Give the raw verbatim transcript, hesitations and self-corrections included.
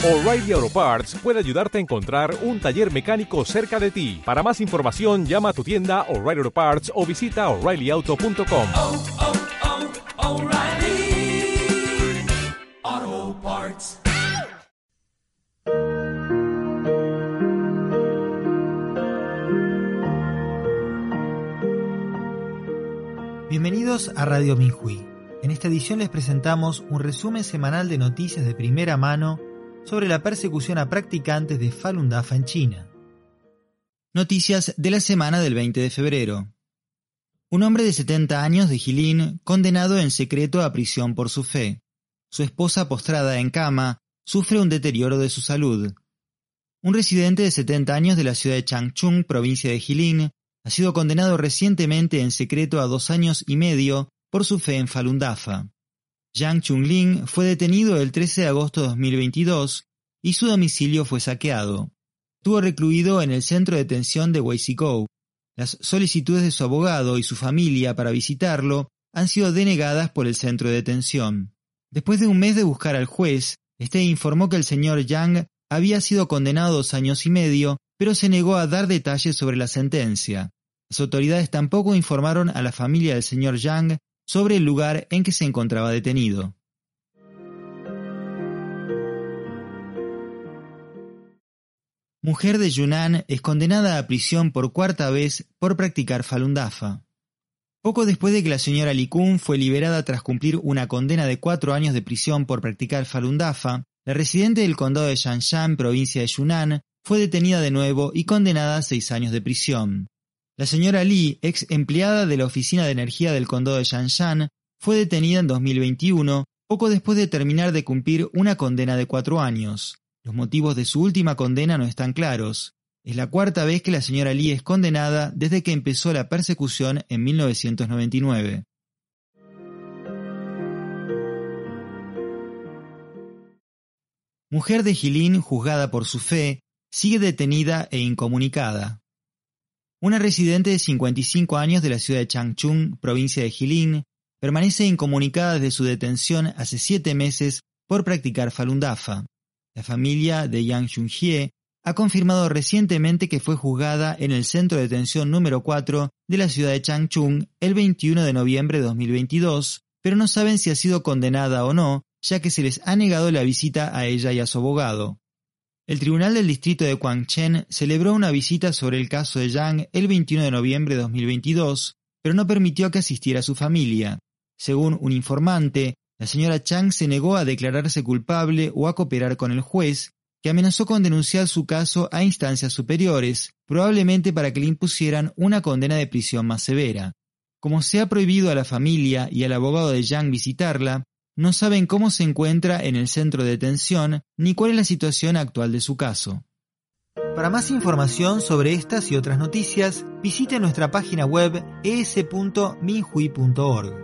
O'Reilly Auto Parts puede ayudarte a encontrar un taller mecánico cerca de ti. Para más información, llama a tu tienda O'Reilly Auto Parts o visita O'Reilly Auto punto com. Oh, oh, oh, O'Reilly Auto Parts. Bienvenidos a Radio Minhui. En esta edición les presentamos un resumen semanal de noticias de primera mano sobre la persecución a practicantes de Falun Dafa en China. Noticias de la semana del veinte de febrero. Un hombre de setenta años de Jilin condenado en secreto a prisión por su fe. Su esposa postrada en cama sufre un deterioro de su salud. Un residente de setenta años de la ciudad de Changchun, provincia de Jilin, ha sido condenado recientemente en secreto a dos años y medio por su fe en Falun Dafa. Yang Chunling fue detenido el trece de agosto de dos mil veintidós y su domicilio fue saqueado. Estuvo recluido en el centro de detención de Weizigou. Las solicitudes de su abogado y su familia para visitarlo han sido denegadas por el centro de detención. Después de un mes de buscar al juez, este informó que el señor Yang había sido condenado a dos años y medio, pero se negó a dar detalles sobre la sentencia. Las autoridades tampoco informaron a la familia del señor Yang sobre el lugar en que se encontraba detenido. Mujer de Yunnan es condenada a prisión por cuarta vez por practicar Falun Dafa. Poco después de que la señora Li Kun fue liberada tras cumplir una condena de cuatro años de prisión por practicar Falun Dafa, la residente del condado de Shanshan, provincia de Yunnan, fue detenida de nuevo y condenada a seis años de prisión. La señora Li, ex empleada de la Oficina de Energía del condado de Shanshan, fue detenida en dos mil veintiuno, poco después de terminar de cumplir una condena de cuatro años. Los motivos de su última condena no están claros. Es la cuarta vez que la señora Li es condenada desde que empezó la persecución en mil novecientos noventa y nueve. Mujer de Jilin juzgada por su fe sigue detenida e incomunicada. Una residente de cincuenta y cinco años de la ciudad de Changchun, provincia de Jilin, permanece incomunicada desde su detención hace siete meses por practicar Falun Dafa. La familia de Yang Xunjie ha confirmado recientemente que fue juzgada en el centro de detención número cuatro de la ciudad de Changchun el veintiuno de noviembre de dos mil veintidós, pero no saben si ha sido condenada o no, ya que se les ha negado la visita a ella y a su abogado. El Tribunal del Distrito de Quangchen celebró una visita sobre el caso de Yang el veintiuno de noviembre de dos mil veintidós, pero no permitió que asistiera su familia. Según un informante, la señora Chang se negó a declararse culpable o a cooperar con el juez, que amenazó con denunciar su caso a instancias superiores, probablemente para que le impusieran una condena de prisión más severa. Como se ha prohibido a la familia y al abogado de Yang visitarla, no saben cómo se encuentra en el centro de detención ni cuál es la situación actual de su caso. Para más información sobre estas y otras noticias, visite nuestra página web e s punto minhui punto org.